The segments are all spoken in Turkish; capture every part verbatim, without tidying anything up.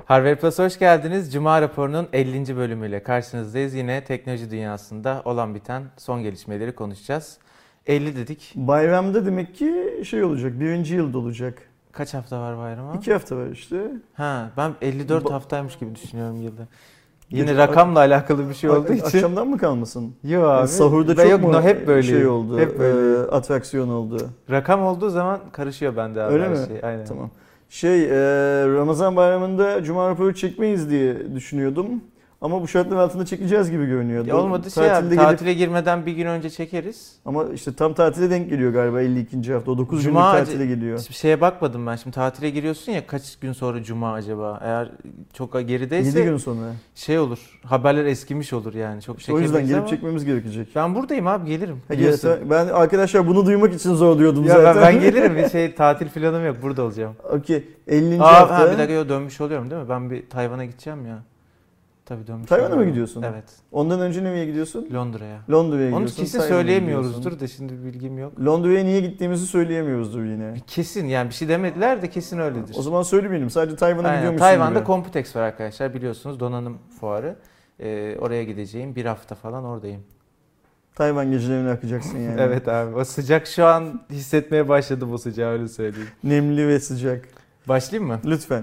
Harvard Plus'a hoş geldiniz. Cuma raporunun ellinci bölümüyle karşınızdayız. Yine teknoloji dünyasında olan biten son gelişmeleri konuşacağız. elli dedik. Bayramda demek ki şey olacak, birinci yılda olacak. Kaç hafta var bayrama? İki hafta var işte. Ha, ben elli dört ba- haftaymış gibi düşünüyorum yılda. Yine Gece, rakamla alakalı bir şey olduğu için. Akşamdan mı kalmasın? Yok abi. Yani sahurda çok yok, mu no, hep böyle şey oldu, hep böyle. E, atraksiyon oldu? Rakam olduğu zaman karışıyor bende abi. Öyle mi? Şey. Aynen. Tamam. Şey, e, Ramazan bayramında Cuma raporu çekmeyiz diye düşünüyordum. Ama bu şartlar altında çekeceğiz gibi görünüyordu. Ya olmadı şey abi, gelip... tatile girmeden bir gün önce çekeriz. Ama işte tam tatile denk geliyor galiba elli ikinci hafta. O dokuz Cuma günlük tatile geliyor. Bir şeye bakmadım ben şimdi, tatile giriyorsun ya, kaç gün sonra Cuma acaba? Eğer çok gerideyse yedi gün sonra. Şey olur, haberler eskimiş olur yani. Çok işte o yüzden gelip ama çekmemiz gerekecek. Ben buradayım abi, gelirim. Ha, ben arkadaşlar bunu duymak için zor diyordum ya zaten. Ben, ben gelirim, bir şey tatil planım yok, burada olacağım. Okey. ellinci Aa, hafta. Ha, bir dakika, yo, dönmüş oluyorum değil mi? Ben bir Tayvan'a gideceğim ya. Tabii dönmüş. Tayvan'a mı gidiyorsun? Evet. Ondan önce nereye gidiyorsun? Londra'ya. Londra'ya gidiyorsun. Onu kesin Tayvan'a söyleyemiyoruzdur da şimdi bilgim yok. Londra'ya niye gittiğimizi söyleyemiyoruzdur yine. Kesin yani, bir şey demediler de kesin öyledir. O zaman söylemeyelim. Sadece Tayvan'a gidiyormuşsun Tayvan'da gibi. Computex var arkadaşlar, biliyorsunuz, donanım fuarı. Ee, oraya gideceğim. Bir hafta falan oradayım. Tayvan gecelerine akacaksın yani. Evet abi. O sıcak şu an hissetmeye başladı, bu sıcağı, öyle söyleyeyim. Nemli ve sıcak. Başlayayım mı? Lütfen.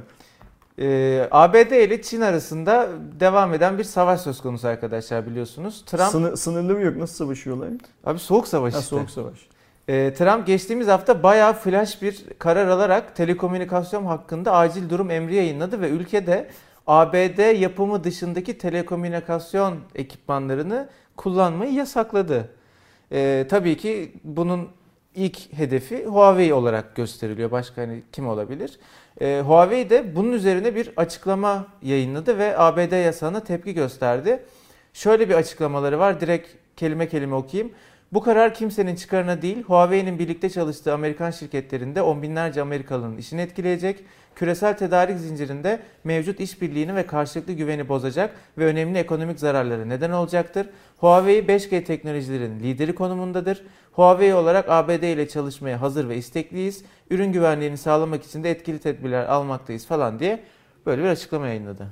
Ee, A B D ile Çin arasında devam eden bir savaş söz konusu arkadaşlar, biliyorsunuz. Trump Sınır, sınırları yok. Nasıl savaşıyorlar? Abi soğuk savaş ha, işte. Soğuk savaş. Ee, Trump geçtiğimiz hafta bayağı flash bir karar alarak telekomünikasyon hakkında acil durum emri yayınladı ve ülkede A B D yapımı dışındaki telekomünikasyon ekipmanlarını kullanmayı yasakladı. Ee, tabii ki bunun ilk hedefi Huawei olarak gösteriliyor. Başka hani kim olabilir? Ee, Huawei de bunun üzerine bir açıklama yayınladı ve A B D yasağına tepki gösterdi. Şöyle bir açıklamaları var. Direkt kelime kelime okuyayım. Bu karar kimsenin çıkarına değil, Huawei'nin birlikte çalıştığı Amerikan şirketlerinde on binlerce Amerikalı'nın işini etkileyecek, küresel tedarik zincirinde mevcut işbirliğini ve karşılıklı güveni bozacak ve önemli ekonomik zararlara neden olacaktır. Huawei beş G teknolojilerin lideri konumundadır. Huawei olarak A B D ile çalışmaya hazır ve istekliyiz. Ürün güvenliğini sağlamak için de etkili tedbirler almaktayız falan diye böyle bir açıklama yayınladı.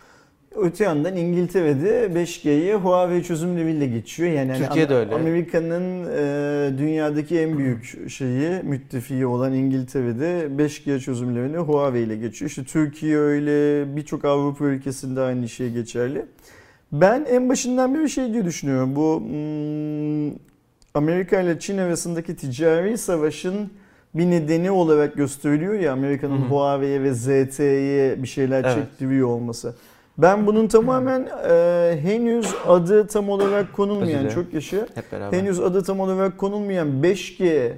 Öte yandan İngiltere'de beş G'yi Huawei çözümleriyle geçiyor. Yani Türkiye'de hani öyle. Amerika'nın e, dünyadaki en büyük şeyi, müttefiği olan İngiltere'de beş G çözümlerini Huawei ile geçiyor. İşte Türkiye öyle, birçok Avrupa ülkesinde aynı şey geçerli. Ben en başından beri şey diye düşünüyorum. Bu hmm, Amerika ile Çin arasındaki ticari savaşın bir nedeni olarak gösteriliyor ya, Amerika'nın Huawei'ye ve Z T'ye bir şeyler evet. çektiriyor olması. Ben bunun tamamen e, henüz adı tam olarak konulmayan, çok yaşa, henüz adı tam olarak konulmayan beş G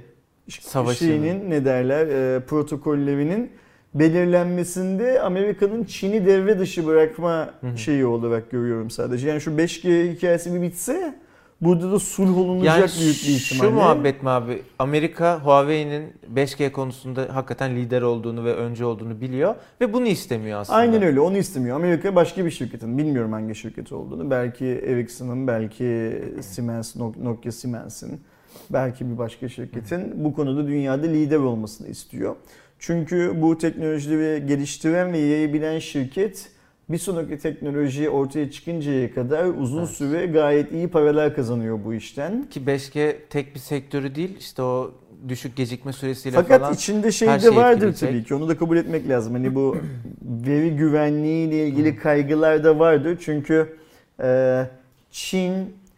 şeyinin, ne derler, e, protokollerinin belirlenmesinde Amerika'nın Çin'i devre dışı bırakma hı hı. şeyi olarak görüyorum sadece. Yani şu beş G hikayesi bir bitse burada da sulh olunacak yani büyük bir ihtimalle. Şu muhabbet mi abi? Amerika Huawei'nin beş G konusunda hakikaten lider olduğunu ve öncü olduğunu biliyor ve bunu istemiyor aslında. Aynen öyle, onu istemiyor. Amerika başka bir şirketin, bilmiyorum hangi şirket olduğunu. Belki Ericsson'ın, belki Siemens, Nokia Siemens'in, belki bir başka şirketin bu konuda dünyada lider olmasını istiyor. Çünkü bu teknolojileri geliştiren ve yayabilen şirket bir sonraki teknoloji ortaya çıkıncaya kadar uzun evet. süre gayet iyi paralar kazanıyor bu işten. Ki beş G tek bir sektörü değil, işte o düşük gecikme süresiyle Fakat falan. Fakat içinde şey de vardır tabii ki, onu da kabul etmek lazım. Hani bu veri güvenliği ile ilgili kaygılar da vardır. Çünkü e, Çin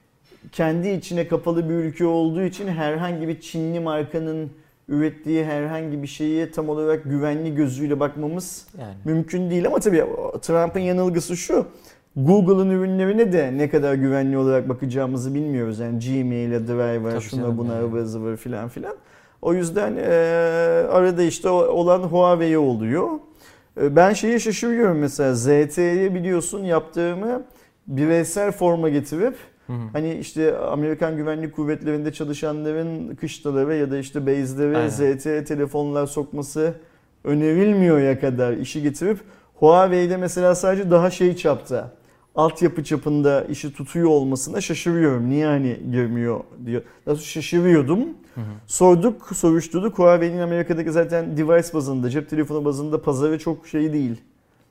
kendi içine kapalı bir ülke olduğu için herhangi bir Çinli markanın ürettiği herhangi bir şeye tam olarak güvenli gözüyle bakmamız yani mümkün değil. Ama tabii Trump'ın yanılgısı şu: Google'ın ürünlerine de ne kadar güvenli olarak bakacağımızı bilmiyoruz. Yani Gmail'e, Drive'a, tabii şuna buna, yani. ıvır zıvır filan filan. O yüzden e, arada işte olan Huawei oluyor. E, ben şeye şaşırıyorum mesela, Z T'ye biliyorsun yaptığımı bireysel forma getirip Hı hı. hani işte Amerikan güvenlik kuvvetlerinde çalışanların kışlaları ya da işte base'lere Z T telefonlar sokması önerilmiyor ya kadar işi getirip Huawei'de mesela sadece daha şey çapta, altyapı çapında işi tutuyor olmasına şaşırıyorum. Niye hani girmiyor diyor. Nasıl şaşırıyordum. Hı hı. Sorduk, soruşturduk. Huawei'nin Amerika'daki zaten device bazında, cep telefonu bazında pazarı çok şey değil.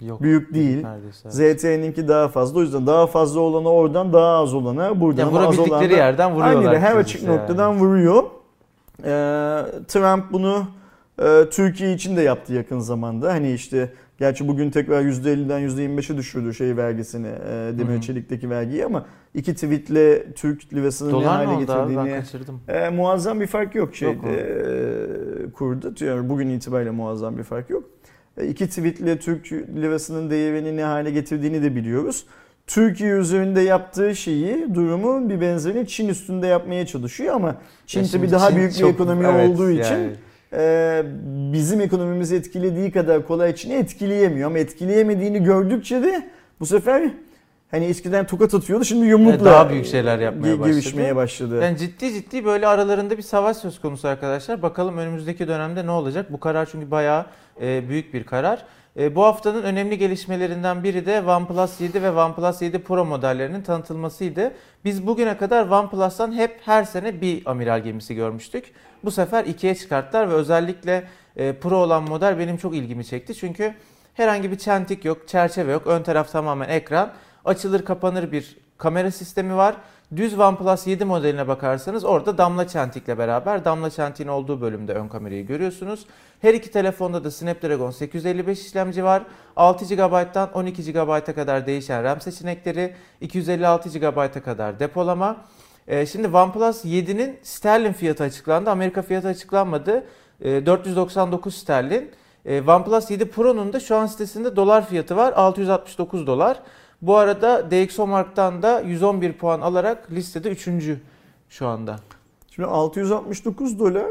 Yok, büyük değil. Neredeyse. Z T'ninki daha fazla. O yüzden daha fazla olana oradan, daha az olana buradan. Ya vurabildikleri yerden vuruyorlar. Aynen, her açık yani. Noktadan vuruyor. Ee, Trump bunu e, Türkiye için de yaptı yakın zamanda. Hani işte gerçi bugün tekrar yüzde elliden yüzde yirmi beşe düşürdü şey vergisini, e, demir hmm. çelikteki vergiyi, ama iki tweetle Türk lirasını ne hale getirdiğini e, muazzam bir fark yok şeyde e, kurdu. Yani bugün itibariyle muazzam bir fark yok. E, iki tweetle Türk lirasının değerini ne hale getirdiğini de biliyoruz. Türkiye üzerinde yaptığı şeyi, durumu bir benzerini Çin üstünde yapmaya çalışıyor, ama Çin tabii daha Çin büyük bir ekonomi evet, olduğu yani. için e, bizim ekonomimizi etkilediği kadar kolay Çin'i etkileyemiyor, ama etkileyemediğini gördükçe de bu sefer hani eskiden tokat atıyordu, şimdi yumrukla daha büyük şeyler yapmaya başladı. Girişmeye başladı. Yani ciddi ciddi böyle aralarında bir savaş söz konusu arkadaşlar. Bakalım önümüzdeki dönemde ne olacak? Bu karar çünkü bayağı e, büyük bir karar. E, bu haftanın önemli gelişmelerinden biri de OnePlus yedi ve OnePlus yedi Pro modellerinin tanıtılmasıydı. Biz bugüne kadar OnePlus'tan hep her sene bir amiral gemisi görmüştük. Bu sefer ikiye çıkarttılar ve özellikle e, Pro olan model benim çok ilgimi çekti. Çünkü herhangi bir çentik yok, çerçeve yok. Ön taraf tamamen ekran. Açılır kapanır bir kamera sistemi var. Düz OnePlus yedi modeline bakarsanız orada damla çentikle beraber damla çentiğin olduğu bölümde ön kamerayı görüyorsunuz. Her iki telefonda da Snapdragon sekiz yüz elli beş işlemci var. altı gigabayttan on iki gigabayta kadar değişen RAM seçenekleri, iki yüz elli altı gigabayta kadar depolama. Ee, şimdi OnePlus yedinin sterlin fiyatı açıklandı. Amerika fiyatı açıklanmadı. Ee, dört yüz doksan dokuz sterlin. Ee, OnePlus yedi Pro'nun da şu an sitesinde dolar fiyatı var. altı yüz altmış dokuz dolar. Bu arada D X O Mark'tan da yüz on bir puan alarak listede üçüncü şu anda. Şimdi altı yüz altmış dokuz dolar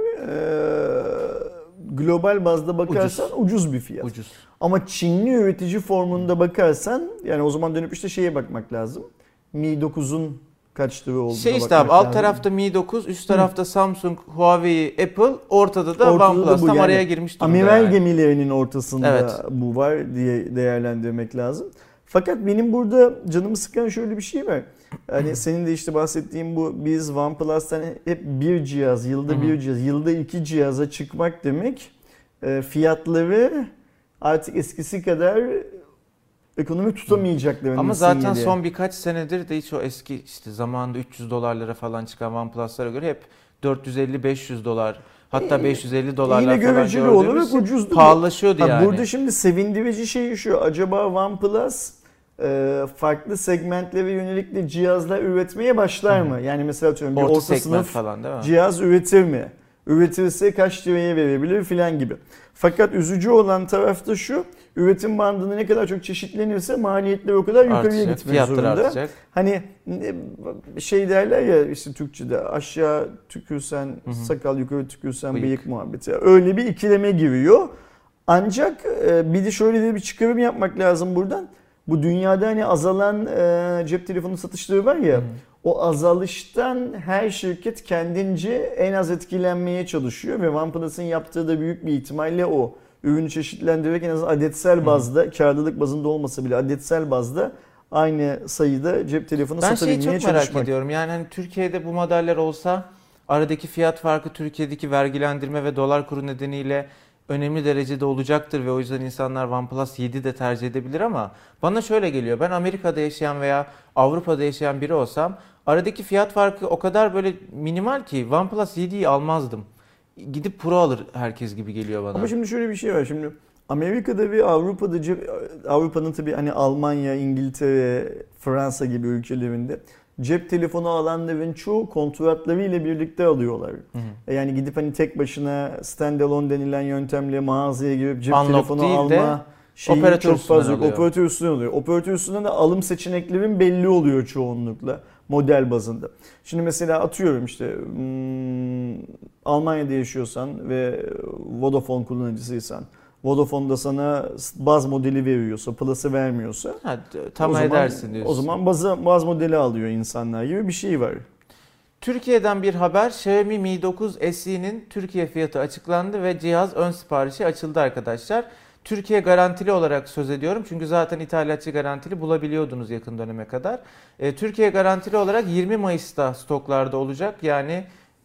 e, global bazda bakarsan ucuz. ucuz bir fiyat. Ucuz. Ama Çinli üretici formunda bakarsan yani o zaman dönüp işte şeye bakmak lazım. Mi dokuzun kaç lira olduğuna şey işte bakmak abi, alt lazım. tarafta Mi dokuz, üst tarafta Hı. Samsung, Huawei, Apple, ortada da ortada OnePlus da tam yani araya girmiş durumda. Amiral yani. gemilerinin ortasında evet. bu var diye değerlendirmek lazım. Fakat benim burada canımı sıkan şöyle bir şey var. Hani senin de işte bahsettiğin bu, biz OnePlus'tan hep bir cihaz, yılda bir cihaz, yılda iki cihaza çıkmak demek fiyatları artık eskisi kadar ekonomik tutamayacaklarını ama zaten sinyali. son birkaç senedir de hiç o eski işte zamanında üç yüz dolarlara falan çıkan OnePlus'lara göre hep dört yüz elli beş yüz dolar, hatta beş yüz elli dolarlar yine falan göreceli olarak ucuzdu. Pahalılaşıyordu ha, yani. Burada şimdi sevindirici şey şu, acaba OnePlus farklı segmentlere yönelik de cihazlar üretmeye başlar mı? Yani mesela atıyorum bir orta, orta sınıf falan, değil mi? Cihaz üretir mi? Üretirse kaç liraya verebilir filan gibi. Fakat üzücü olan taraf da şu, üretim bandını ne kadar çok çeşitlenirse maliyetler o kadar yukarıya artacak, gitmek zorunda. Artacak. Hani şey derler ya işte Türkçe'de, aşağı tükürsen hı hı. sakal, yukarı tükürsen bıyık, bıyık muhabbeti. Öyle bir ikileme giriyor. Ancak bir de şöyle de bir çıkarım yapmak lazım buradan. Bu dünyada hani azalan e, cep telefonu satışları var ya, hmm. o azalıştan her şirket kendince en az etkilenmeye çalışıyor ve OnePlus'ın yaptığı da büyük bir ihtimalle o. Ürünü çeşitlendirerek en azından adetsel bazda, hmm. karlılık bazında olmasa bile adetsel bazda aynı sayıda cep telefonu ben satabilmeye çalışmak. Ben şeyi çok merak ediyorum, yani hani Türkiye'de bu modeller olsa aradaki fiyat farkı Türkiye'deki vergilendirme ve dolar kuru nedeniyle önemli derecede olacaktır ve o yüzden insanlar OnePlus yedi de tercih edebilir, ama bana şöyle geliyor. Ben Amerika'da yaşayan veya Avrupa'da yaşayan biri olsam aradaki fiyat farkı o kadar böyle minimal ki OnePlus yediyi almazdım. Gidip Pro alır herkes gibi geliyor bana. Ama şimdi şöyle bir şey var. Şimdi Amerika'da ve Avrupa'da, Avrupa'nın tabii hani Almanya, İngiltere, Fransa gibi ülkelerinde cep telefonu alanların çoğu kontratlarıyla birlikte alıyorlar. Hı hı. Yani gidip hani tek başına standalone denilen yöntemle mağazaya girip cep Unlock telefonu alma şeyi çok fazla yok. Operatör üstünden oluyor. Operatör üstünden de alım seçeneklerin belli oluyor çoğunlukla model bazında. Şimdi mesela atıyorum işte hmm, Almanya'da yaşıyorsan ve Vodafone kullanıcısıysan, Vodafone'da sana baz modeli veriyorsa, Plus'ı vermiyorsa ha, tam edersin diyorsun. O zaman baz, baz modeli alıyor insanlar gibi bir şey var. Türkiye'den bir haber, Xiaomi Mi dokuz S E'nin Türkiye fiyatı açıklandı ve cihaz ön siparişi açıldı arkadaşlar. Türkiye garantili olarak söz ediyorum çünkü zaten ithalatçı garantili bulabiliyordunuz yakın döneme kadar. E, Türkiye garantili olarak yirmi Mayıs'ta stoklarda olacak, yani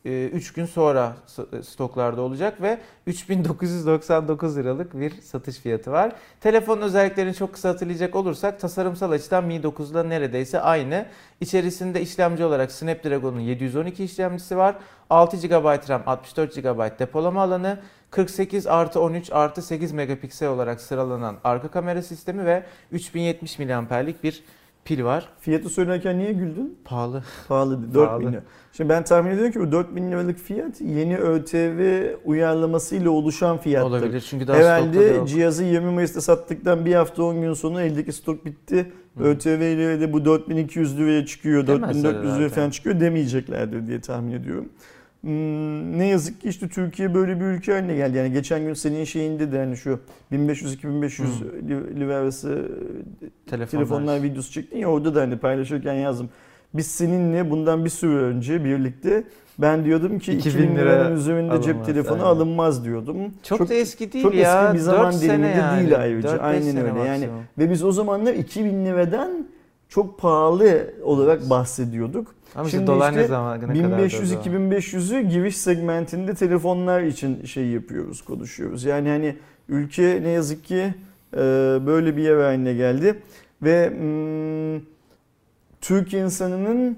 üç gün sonra stoklarda olacak ve üç bin dokuz yüz doksan dokuz liralık bir satış fiyatı var. Telefonun özelliklerini çok kısa hatırlayacak olursak tasarımsal açıdan Mi dokuzla neredeyse aynı. İçerisinde işlemci olarak Snapdragon'un yedi yüz on iki işlemcisi var. altı gigabayt RAM, altmış dört gigabayt depolama alanı, kırk sekiz artı on üç artı sekiz megapiksel olarak sıralanan arka kamera sistemi ve üç bin yetmiş miliamperlik bir pil var. Fiyatı söylerken niye güldün? Pahalı. Pahalı. dört bin lira. Şimdi ben tahmin ediyorum ki bu dört bin liralık fiyat yeni ÖTV uyarlamasıyla oluşan fiyattır. Olabilir çünkü daha herhalde cihazı yirmi Mayıs'ta sattıktan bir hafta on gün sonra eldeki stok bitti. Hmm. ÖTV ile de bu dört bin iki yüz liraya çıkıyor, dört bin dört yüz liraya falan çıkıyor demeyeceklerdir diye tahmin ediyorum. Hmm, ne yazık ki işte Türkiye böyle bir ülke haline geldi. Yani geçen gün senin şeyinde de hani şu bin beş yüz iki bin beş yüz hmm. lira arası telefonlar. telefonlar videosu çektin ya, orada da hani paylaşırken yazdım. Biz seninle bundan bir süre önce birlikte ben diyordum ki iki bin liranın üzerinde alınmaz, cep telefonu yani. Alınmaz diyordum. Çok, çok da eski değil çok ya. Çok eski bir zaman diliminde yani. değil ayrıca. Aynen öyle. Yani ve biz o zamanlar iki bin liradan çok pahalı olarak evet. bahsediyorduk. Ama şimdi dolar işte ne zaman, ne bin beş yüz iki bin beş yüzü giriş segmentinde telefonlar için şey yapıyoruz, konuşuyoruz. Yani hani ülke ne yazık ki böyle bir yer haline geldi ve hmm, Türk insanının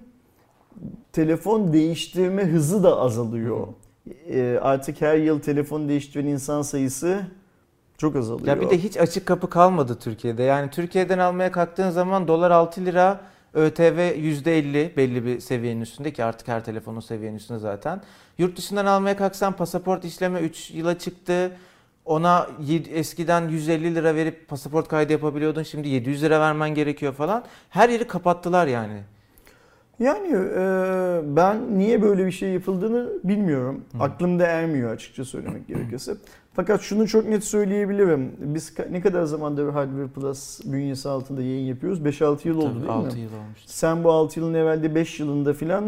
telefon değiştirme hızı da azalıyor. E, artık her yıl telefon değiştiren insan sayısı çok azalıyor. Ya bir de hiç açık kapı kalmadı Türkiye'de. Yani Türkiye'den almaya kalktığın zaman dolar altı lira, ÖTV yüzde elli belli bir seviyenin üstünde ki artık her telefonun seviyenin üstünde zaten. Yurt dışından almaya kalksan pasaport işleme üç yıla çıktı. Ona eskiden yüz elli lira verip pasaport kaydı yapabiliyordun. Şimdi yedi yüz lira vermen gerekiyor falan. Her yeri kapattılar yani. Yani e, ben niye böyle bir şey yapıldığını bilmiyorum. Hı. Aklımda ermiyor açıkça söylemek gerekirse. Fakat şunu çok net söyleyebilirim. Biz ne kadar zamandır Hardware Plus bünyesi altında yayın yapıyoruz? beş altı yıl oldu. Tabii, değil altı mi? altı yıl olmuştu. Sen bu altı yılın evvelde beş yılında filan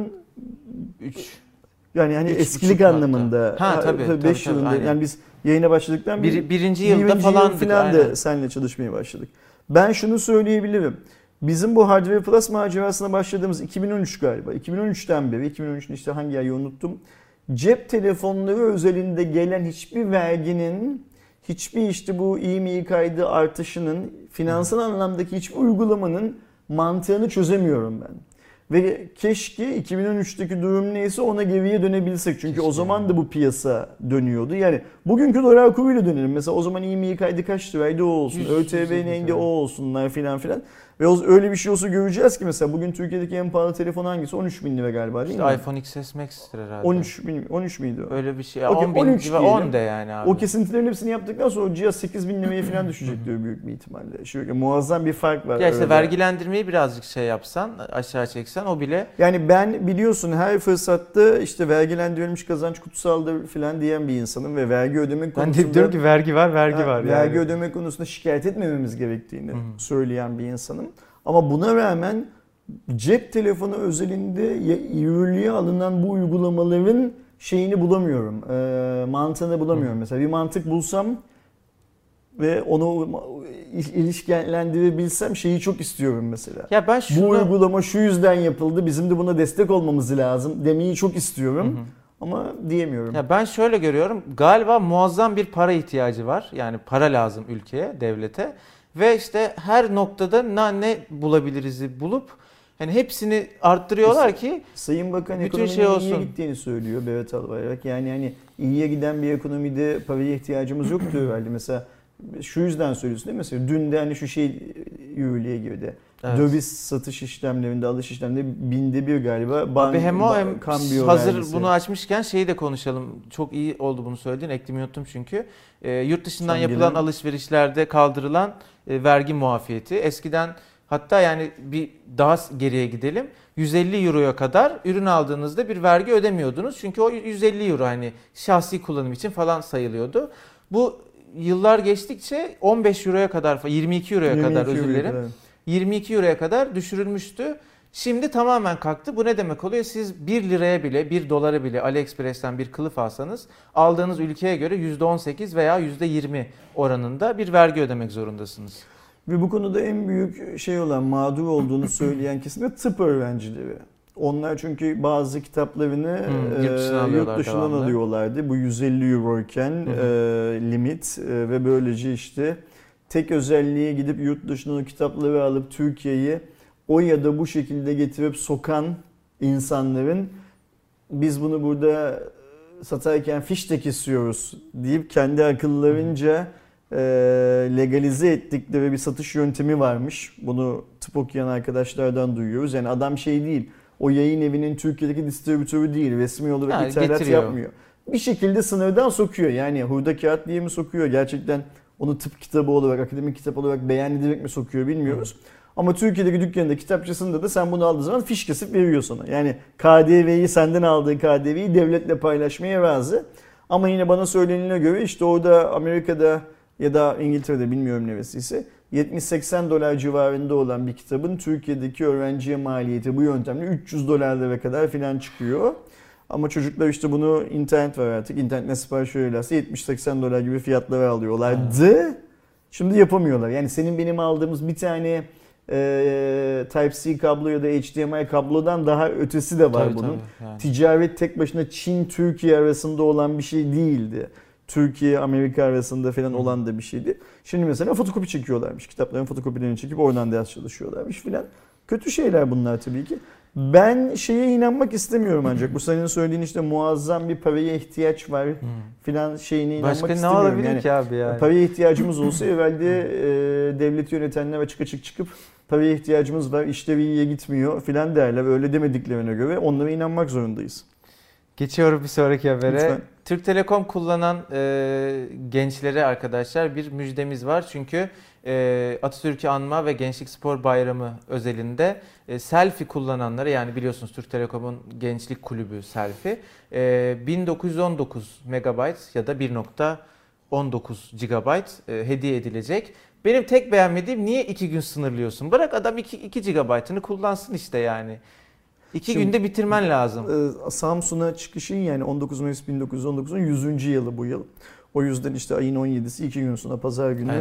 üç yani hani eskilik anlamında. Ha tabii. tabii beş tabii, yılında aynen. Yani biz yayına başladıktan bir, birinci yılda falan filan da seninle çalışmaya başladık. Ben şunu söyleyebilirim. Bizim bu Hardware Plus macerasına başladığımız iki bin on üç galiba. iki bin on üçten beri, iki bin on üçün işte hangi ayı unuttum. Cep telefonları özelinde gelen hiçbir verginin, hiçbir işte bu İ M E İ kaydı artışının, finansal hmm. anlamdaki hiçbir uygulamanın mantığını çözemiyorum ben. Ve keşke iki bin on üçteki durum neyse ona geriye dönebilsek. Çünkü keşke o zaman yani. da bu piyasa dönüyordu. Yani bugünkü dolar kuruyla dönelim. Mesela o zaman İ M E İ kaydı kaç liraydı o olsun. ÖTV neydi o olsunlar filan filan. Ve öyle bir şey olsa göreceğiz ki mesela bugün Türkiye'deki en pahalı telefon hangisi? on üç bin lira galiba değil işte mi? iPhone X S Max'tir herhalde. on üç bin, on üç miydi o? Öyle bir şey. Okay, on bin on üç ve on de yani abi. O kesintilerin hepsini yaptıktan sonra o cihaz sekiz bin liraya falan düşecek diyor büyük bir ihtimalle. Şöyle muazzam bir fark var. Ya işte öyle. Vergilendirmeyi birazcık şey yapsan, aşağı çeksen o bile. Yani ben biliyorsun her fırsatta işte vergilendirilmiş kazanç kutsaldır falan diyen bir insanım ve vergi ödemek konusunda... Ben de diyorum ki vergi var, vergi ha, var. Vergi yani. ödemek konusunda şikayet etmememiz gerektiğini Hı-hı. söyleyen bir insanım. Ama buna rağmen cep telefonu özelinde yürürlüğe alınan bu uygulamaların şeyini bulamıyorum. E, mantığını bulamıyorum. Hı. Mesela bir mantık bulsam ve onu ilişkilendirebilsem şeyi çok istiyorum mesela. Ya ben şunu... Bu uygulama şu yüzden yapıldı. Bizim de buna destek olmamız lazım demeyi çok istiyorum. Hı hı. Ama diyemiyorum. Ya ben şöyle görüyorum. Galiba muazzam bir para ihtiyacı var. Yani para lazım ülkeye, devlete. Ve işte her noktada ne, ne bulabiliriz'i bulup yani hepsini arttırıyorlar ki Sayın Bakan ekonominin şey iyiye gittiğini söylüyor Berat Albayrak. Yani hani iyiye giden bir ekonomide paraya ihtiyacımız yoktu herhalde. Mesela şu yüzden söylüyorsun değil mi? Mesela dün de hani şu şey yürürlüğe girdi. Evet. Döviz satış işlemlerinde, alış işlemlerinde binde bir galiba. Ban, Abi hem o hem hazır vergisi. Bunu açmışken şeyi de konuşalım. Çok iyi oldu bunu söylediğin. Eklemeyi unuttum çünkü. E, yurt dışından Son yapılan gelen... alışverişlerde kaldırılan e, vergi muafiyeti. Eskiden hatta yani bir daha geriye gidelim. yüz elli euroya kadar ürün aldığınızda bir vergi ödemiyordunuz. Çünkü o yüz elli euro hani şahsi kullanım için falan sayılıyordu. Bu yıllar geçtikçe on beş euroya kadar, yirmi iki euroya kadar özür dilerim. yirmi iki euroya kadar düşürülmüştü. Şimdi tamamen kalktı. Bu ne demek oluyor? Siz bir liraya bile, bir dolara bile AliExpress'ten bir kılıf alsanız aldığınız ülkeye göre yüzde on sekiz veya yüzde yirmi oranında bir vergi ödemek zorundasınız. Ve bu konuda en büyük şey olan, mağdur olduğunu söyleyen kesim de tıp öğrencileri. Onlar çünkü bazı kitaplarını hmm, yurt dışından, e, yurt dışından alıyorlardı. Bu yüz elli euro iken e, limit e, ve böylece işte tek özelliğe gidip yurt dışından o kitapları alıp Türkiye'yi o ya da bu şekilde getirip sokan insanların biz bunu burada satarken fiş de kesiyoruz deyip kendi akıllarınca e, legalize ettikleri bir satış yöntemi varmış. Bunu tıp okuyan arkadaşlardan duyuyoruz. Yani adam şey değil, o yayın evinin Türkiye'deki distribütörü değil, resmi olarak yani ithalat getiriyor. Yapmıyor. Bir şekilde sınırdan sokuyor. Yani hurda kağıt diye mi sokuyor? Gerçekten onu tıp kitabı olarak, akademik kitap olarak beyan ederek mi sokuyor bilmiyoruz. Hı. Ama Türkiye'deki dükkanında, kitapçısında da sen bunu aldığın zaman fiş kesip veriyor sana. Yani K D V'yi, senden aldığı K D V'yi devletle paylaşmaya razı. Ama yine bana söylenene göre işte orada Amerika'da ya da İngiltere'de, bilmiyorum neresiyse, yetmiş seksen dolar civarında olan bir kitabın Türkiye'deki öğrenciye maliyeti bu yöntemle üç yüz dolarlara kadar filan çıkıyor. Ama çocuklar işte bunu, internet var artık, internetten sipariş veriyorlarsa yetmiş seksen dolar gibi fiyatlara alıyorlardı. Şimdi yapamıyorlar. Yani senin benim aldığımız bir tane e, Type-C kablo ya da H D M I kablodan daha ötesi de var tabii, bunun. Tabii, yani. Ticaret tek başına Çin-Türkiye arasında olan bir şey değildi. Türkiye-Amerika arasında falan olan da bir şeydi. Şimdi mesela fotokopi çekiyorlarmış. Kitapların fotokopilerini çekip oradan ders çalışıyorlarmış filan. Kötü şeyler bunlar tabii ki. Ben şeye inanmak istemiyorum ancak. Bu senin söylediğin işte muazzam bir paraya ihtiyaç var filan şeyine inanmak Başka istemiyorum. Başka ne olabilir yani, ki abi yani? Paraya ihtiyacımız olsa evvelde e, devleti yönetenler açık açık çıkıp paraya ihtiyacımız var, işleri iyiye gitmiyor filan derler. Öyle demediklerine göre onlara inanmak zorundayız. Geçiyorum bir sonraki habere. Lütfen. Türk Telekom kullanan e, gençlere arkadaşlar bir müjdemiz var. Çünkü e, Atatürk'ü anma ve Gençlik Spor Bayramı özelinde e, selfie kullananlara, yani biliyorsunuz Türk Telekom'un gençlik kulübü selfie, e, bin dokuz yüz on dokuz megabayt ya da bir nokta on dokuz gigabayt e, hediye edilecek. Benim tek beğenmediğim, niye iki gün sınırlıyorsun? Bırak adam iki gigabaytını kullansın işte yani. İki Şimdi, günde bitirmen lazım. E, Samsun'a çıkışın, yani on dokuz Mayıs bin dokuz yüz on dokuzun yüzüncü yılı bu yıl. O yüzden işte ayın on yedisi iki gün sonra pazar günü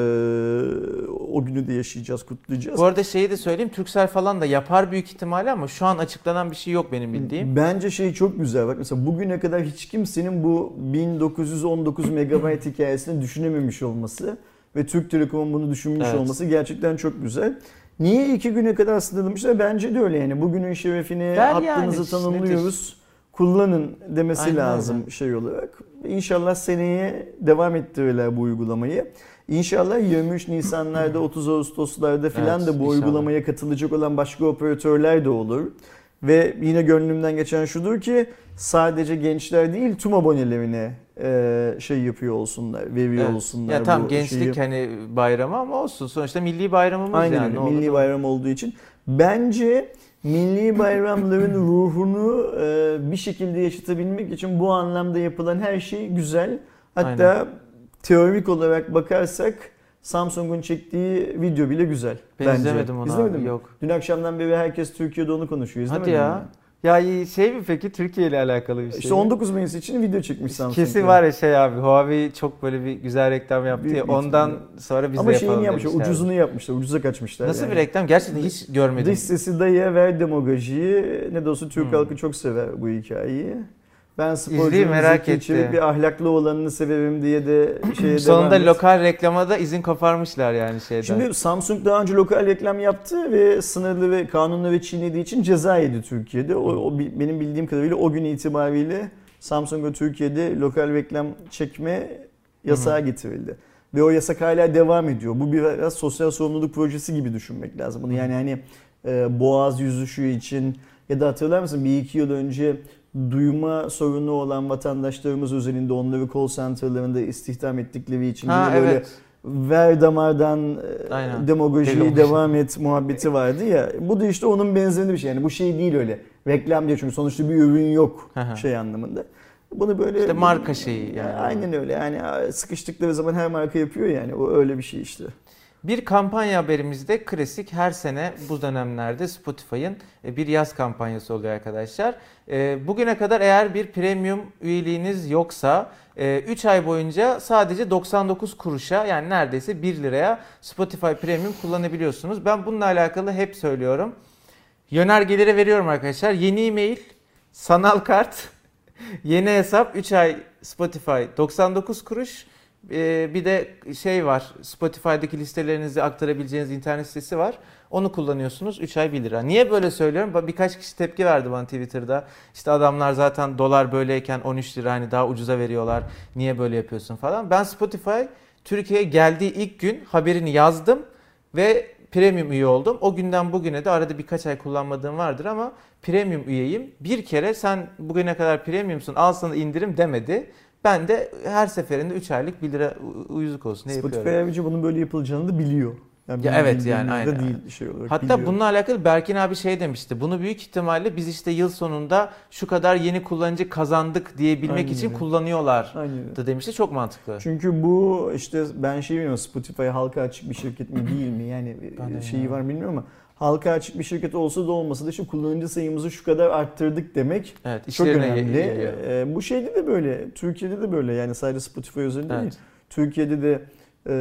e, o günü de yaşayacağız, kutlayacağız. Bu arada şeyi de söyleyeyim, Turkcell falan da yapar büyük ihtimalle ama şu an açıklanan bir şey yok benim bildiğim. Bence şey çok güzel. Bak mesela bugüne kadar hiç kimsenin bu bin dokuz yüz on dokuz megabayt hikayesini düşünememiş olması ve Türk Telekom'un bunu düşünmüş evet. olması gerçekten çok güzel. Niye iki güne kadar sınırlamışlar? Bence de öyle yani. Bugünün şerefine Der hattınızı yani, tanımlıyoruz. Nedir? Kullanın demesi Aynen lazım öyle. Şey olarak. İnşallah seneye devam ettirirler bu uygulamayı. İnşallah yirmi üç Nisanlarda, otuz Ağustoslarda filan evet, da bu inşallah. Uygulamaya katılacak olan başka operatörler de olur. Ve yine gönlümden geçen şudur ki sadece gençler değil tüm abonelerine şey yapıyor olsunlar, veriyor evet. olsunlar. Ya tam gençlik şeyi. Hani bayramı ama olsun. Sonuçta milli bayramımız. Aynen yani. Aynen milli bayram olduğu için. Bence milli bayramların ruhunu bir şekilde yaşatabilmek için bu anlamda yapılan her şey güzel. Hatta Aynen. teorik olarak bakarsak Samsung'un çektiği video bile güzel. Ben bence. izlemedim onu İzlemedin abi. Mi? Yok. Dün akşamdan beri herkes Türkiye'de onu konuşuyor. İzlemedin Hadi ya. Mi? Ya şey mi peki, Türkiye ile alakalı bir şey? İşte on dokuz Mayıs için video çekmiş Samsung. Kesin var ya şey abi, Huawei çok böyle bir güzel reklam yaptı ya, ondan ihtimalle. Sonra biz Ama de yapalım Ama şeyini yapmışlar, ucuzunu yapmışlar, ucuza kaçmışlar. Nasıl yani. bir reklam? Gerçekten hiç görmedim. Dış sesi dayıya ver demagojiyi, ne de olsa Türk hmm. halkı çok sever bu hikayeyi. Ben sporcunun zeki içerik bir ahlaklı olanını severim diye de şeye sonunda devam lokal reklama da izin koparmışlar yani şeyden. Şimdi Samsung daha önce lokal reklam yaptı ve sınırlı ve kanunları çiğnediği için ceza yedi Türkiye'de. O, o benim bildiğim kadarıyla o gün itibariyle Samsung'a Türkiye'de lokal reklam çekme yasağı Hı-hı. getirildi. Ve o yasak hala devam ediyor. Bu biraz sosyal sorumluluk projesi gibi düşünmek lazım. Bunu yani hani e, boğaz yüzüşü için ya da hatırlar mısın bir iki yıl önce duyma sorunu olan vatandaşlarımız özelinde onları call center'larında istihdam ettikleri için ha, böyle evet. ver damardan Aynen. demagojiyi Deli devam et muhabbeti vardı ya. Bu da işte onun benzerinde bir şey. Yani bu şey değil öyle. Reklam diye, çünkü sonuçta bir ürün yok şey anlamında. Bunu böyle işte marka şeyi yani. Aynen öyle. Yani sıkıştıkları zaman her marka yapıyor yani. O öyle bir şey işte. Bir kampanya haberimizde klasik, her sene bu dönemlerde Spotify'ın bir yaz kampanyası oluyor arkadaşlar. Bugüne kadar eğer bir premium üyeliğiniz yoksa üç ay boyunca sadece doksan dokuz kuruşa, yani neredeyse bir liraya Spotify Premium kullanabiliyorsunuz. Ben bununla alakalı hep söylüyorum. Yönergeleri veriyorum arkadaşlar. Yeni e-mail, sanal kart, yeni hesap, üç ay Spotify doksan dokuz kuruş. Ee, bir de şey var, Spotify'daki listelerinizi aktarabileceğiniz internet sitesi var. Onu kullanıyorsunuz, üç ay bir lira. Niye böyle söylüyorum? Birkaç kişi tepki verdi bana Twitter'da. İşte adamlar zaten dolar böyleyken on üç lira, hani daha ucuza veriyorlar. Niye böyle yapıyorsun falan. Ben Spotify Türkiye'ye geldiği ilk gün haberini yazdım ve premium üye oldum. O günden bugüne de arada birkaç ay kullanmadığım vardır ama premium üyeyim. Bir kere sen bugüne kadar premiumsun, al sana indirim demedi. Ben de her seferinde üç aylık bir lira uyuzluk olsun diye Spotify yapıyorum. ayrıca bunun böyle yapılacağını da biliyor. Yani Ya evet yani aynen. Değil şey olarak Hatta biliyor. bununla alakalı Berkin abi şey demişti. Bunu büyük ihtimalle biz işte yıl sonunda şu kadar yeni kullanıcı kazandık diyebilmek Aynen için öyle. kullanıyorlar Aynen. da demişti. Çok mantıklı. Çünkü bu işte ben şey bilmiyorum, Spotify halka açık bir şirket mi değil mi? Yani şeyi var bilmiyorum ama halka açık bir şirket olsa da olmasa da işte kullanıcı sayımızı şu kadar arttırdık demek Evet, çok önemli. Geliyor. Ee, bu şeyde de böyle, Türkiye'de de böyle, yani sadece Spotify özelinde Evet. değil. Türkiye'de de e,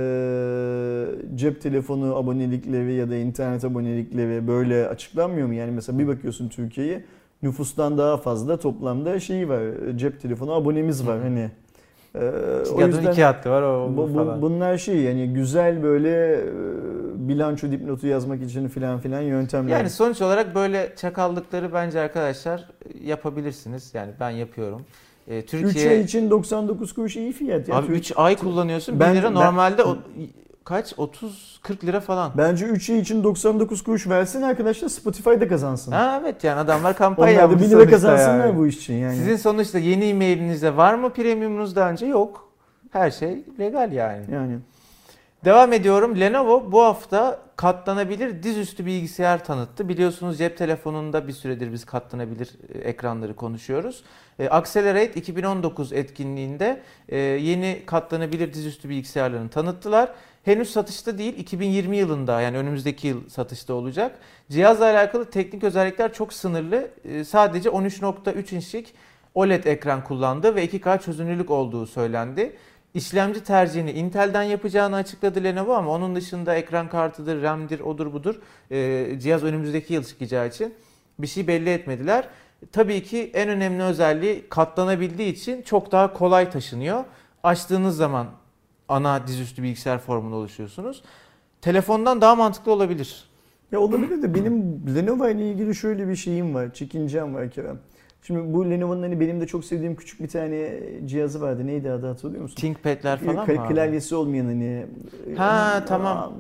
cep telefonu abonelikleri ya da internet abonelikleri böyle açıklanmıyor mu? Yani mesela bir bakıyorsun Türkiye'ye, nüfustan daha fazla toplamda şeyi var, cep telefonu abonemiz var hani. Ee, o yüzden iki hattı var o bu, bu, falan. Bunlar şey yani güzel böyle e, bilanço dipnotu yazmak için filan filan yöntemler. Yani sonuç olarak böyle çakallıkları bence arkadaşlar yapabilirsiniz. Yani ben yapıyorum. Ee, Türkiye üç ay için doksan dokuz kuruş iyi fiyat. Yani abi üç ay kullanıyorsun. Ben- bir lira ben- normalde o, kaç? otuz kırk lira falan. Bence üç ay için doksan dokuz kuruş versin arkadaşlar, Spotify'da kazansın. Ha evet yani adamlar kampanya Onlar da yapmış bir lira sonuçta kazansınlar yani. bu iş için yani. Sizin sonuçta yeni e-mailinizde var mı premiumunuz, daha önce yok. Her şey legal yani. Yani. Devam ediyorum. Lenovo bu hafta katlanabilir dizüstü bilgisayar tanıttı. Biliyorsunuz cep telefonunda bir süredir biz katlanabilir ekranları konuşuyoruz. E, Accelerate iki bin on dokuz etkinliğinde e, yeni katlanabilir dizüstü bilgisayarlarını tanıttılar. Henüz satışta değil, iki bin yirmi yılında yani önümüzdeki yıl satışta olacak. Cihazla alakalı teknik özellikler çok sınırlı. E, sadece on üç nokta üç inçlik O L E D ekran kullandığı ve iki K çözünürlük olduğu söylendi. İşlemci tercihini Intel'den yapacağını açıkladı Lenovo ama onun dışında ekran kartıdır, RAM'dir, odur budur. E, cihaz önümüzdeki yıl çıkacağı için bir şey belli etmediler. Tabii ki en önemli özelliği katlanabildiği için çok daha kolay taşınıyor. Açtığınız zaman ana dizüstü bilgisayar formunda oluşuyorsunuz. Telefondan daha mantıklı olabilir. Ya olabilir de benim Lenovo ile ilgili şöyle bir şeyim var, çekincem var Kerem. Şimdi bu Lenovo'nun hani benim de çok sevdiğim küçük bir tane cihazı vardı. Neydi adı, hatırlıyor musun? ThinkPad'ler falan K- mı abi? Klavyesi olmayan hani. Ha Aa, tamam.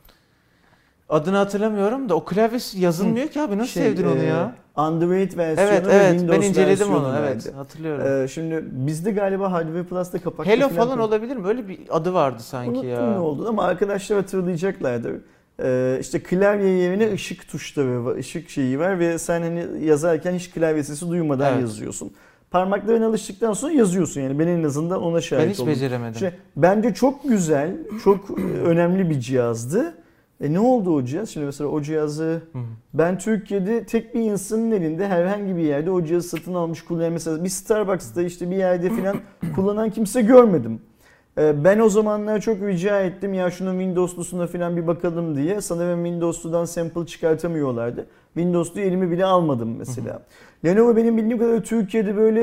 Adını hatırlamıyorum da o klavyesi yazılmıyor ki abi, nasıl şey, sevdin onu ya? Android versiyonu Evet ve evet Windows ben inceledim versiyonu onu, evet vardı. hatırlıyorum. Ee, şimdi bizde galiba Hardware Plus'ta kapaklı Hello falan, falan olabilir mi? Öyle bir adı vardı sanki unuttum ya. ne oldu ama arkadaşlar hatırlayacaklardır. Ee, işte klavye yerine ışık tuşları var, ışık şeyi var ve sen hani yazarken hiç klavye sesi duymadan Evet. yazıyorsun. Parmaklarına alıştıktan sonra yazıyorsun yani, ben en azından ona şahit Ben hiç oldum. beceremedim. İşte bence çok güzel, çok önemli bir cihazdı. E ne oldu o cihaz? Şimdi mesela o cihazı Hı. ben Türkiye'de tek bir insanın elinde herhangi bir yerde o cihazı satın almış kullanan, mesela bir Starbucks'ta işte bir yerde falan kullanan kimse görmedim. E, ben o zamanlar çok rica ettim ya şunun Windows'lusuna falan bir bakalım diye. Sanırım Windows'ludan sample çıkartamıyorlardı. Windows'lu elimi bile almadım mesela. Hı hı. Lenovo benim bildiğim kadarıyla Türkiye'de böyle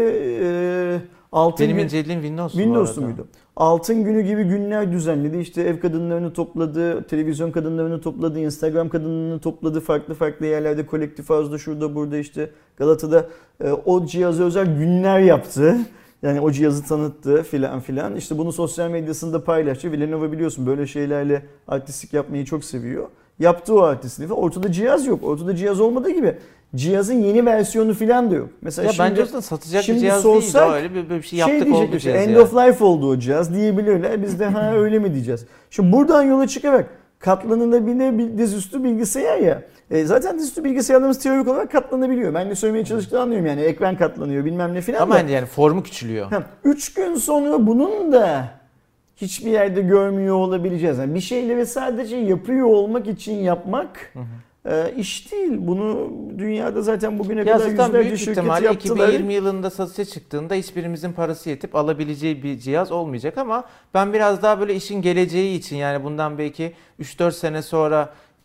e, altın Benim gün... incelediğim Windows'lu Windows'lu bu arada. muydu? Altın günü gibi günler düzenledi. İşte ev kadınlarını topladı, televizyon kadınlarını topladı, Instagram kadınlarını topladı. Farklı farklı yerlerde, kolektif havuzda, şurada burada, işte Galata'da e, o cihaza özel günler yaptı. Yani o cihazı tanıttı filan filan. İşte bunu sosyal medyasında paylaştı. Ve Lenovo biliyorsun böyle şeylerle artistlik yapmayı çok seviyor. Yaptı o artistliği. Ortada cihaz yok. Ortada cihaz olmadığı gibi cihazın yeni versiyonu filan da yok. Mesela Ya şimdi, bence aslında satacak şimdi bir cihaz sorsak, değil de öyle bir, bir şey yaptık şey oldu işte, cihaz end yani. of life oldu o cihaz diyebiliyorlar. Biz de ha öyle mi diyeceğiz. Şimdi buradan yola çıkarak katlanılabilir bir dizüstü bilgisayar ya. E zaten dizüstü bilgisayarlarımız teorik olarak katlanabiliyor. Ben de söylemeye çalıştığını anlıyorum yani, ekran katlanıyor bilmem ne filan. Ama da. hani yani formu küçülüyor. Üç gün sonra bunun da hiçbir yerde görmüyor olabileceğiz. Yani bir şeyleri sadece yapıyor olmak için yapmak... Hı hı. E, iş değil. Bunu dünyada zaten bugüne Ya kadar zaten yüzlerce büyük şirket ihtimalle yaptılar. iki bin yirmi yılında satışa çıktığında hiçbirimizin parası yetip alabileceği bir cihaz olmayacak ama ben biraz daha böyle işin geleceği için, yani bundan belki üç dört sene sonra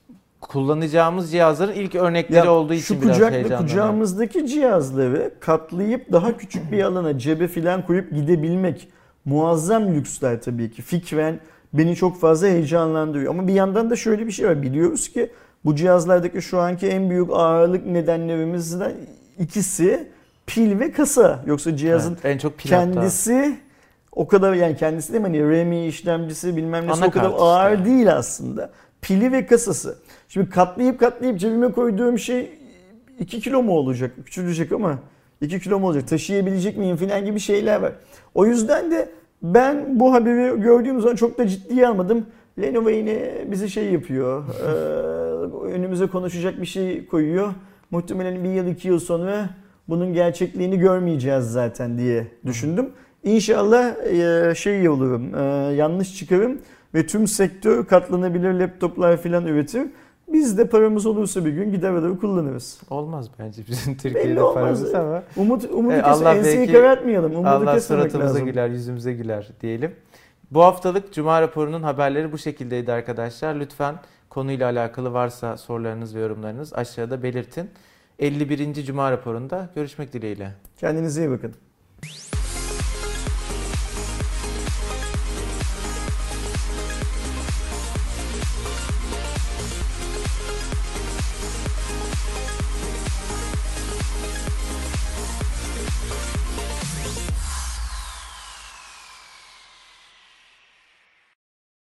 kullanacağımız cihazların ilk örnekleri ya, olduğu için biraz heyecanlanıyorum. Şu kucağımızdaki cihazları katlayıp daha küçük bir alana cebe falan koyup gidebilmek muazzam lüksler tabii ki. Fikren beni çok fazla heyecanlandırıyor. Ama bir yandan da şöyle bir şey var. Biliyoruz ki bu cihazlardaki şu anki en büyük ağırlık nedenlerimizden ikisi pil ve kasa. Yoksa cihazın evet, en çok pil kendisi hatta. O kadar, yani kendisi değil mi? Hani R A M'i, işlemcisi bilmem nesi o kadar ağır işte değil aslında. Pili ve kasası. Şimdi katlayıp katlayıp cebime koyduğum şey iki kilo mu olacak? Küçülecek ama iki kilo mu olacak? Taşıyabilecek miyim falan gibi şeyler var. O yüzden de ben bu haberi gördüğüm zaman çok da ciddiye almadım. Lenovo yine bizi şey yapıyor. E, önümüze konuşacak bir şey koyuyor. Muhtemelen bir yıl iki yıl sonra bunun gerçekliğini görmeyeceğiz zaten diye düşündüm. İnşallah e, şey olurum, e, yanlış çıkarım ve tüm sektör katlanabilir laptoplar falan üretir. Biz de paramız olursa bir gün gider alır kullanırız. Olmaz bence bizim Türkiye'de paramız ama. Umut, umudu e, kes, enseyi karartmayalım. Umudu Allah suratımıza güler, yüzümüze güler diyelim. Bu haftalık Cuma raporunun haberleri bu şekildeydi arkadaşlar. Lütfen konuyla alakalı varsa sorularınız ve yorumlarınız aşağıda belirtin. elli birinci Cuma raporunda görüşmek dileğiyle. Kendinize iyi bakın.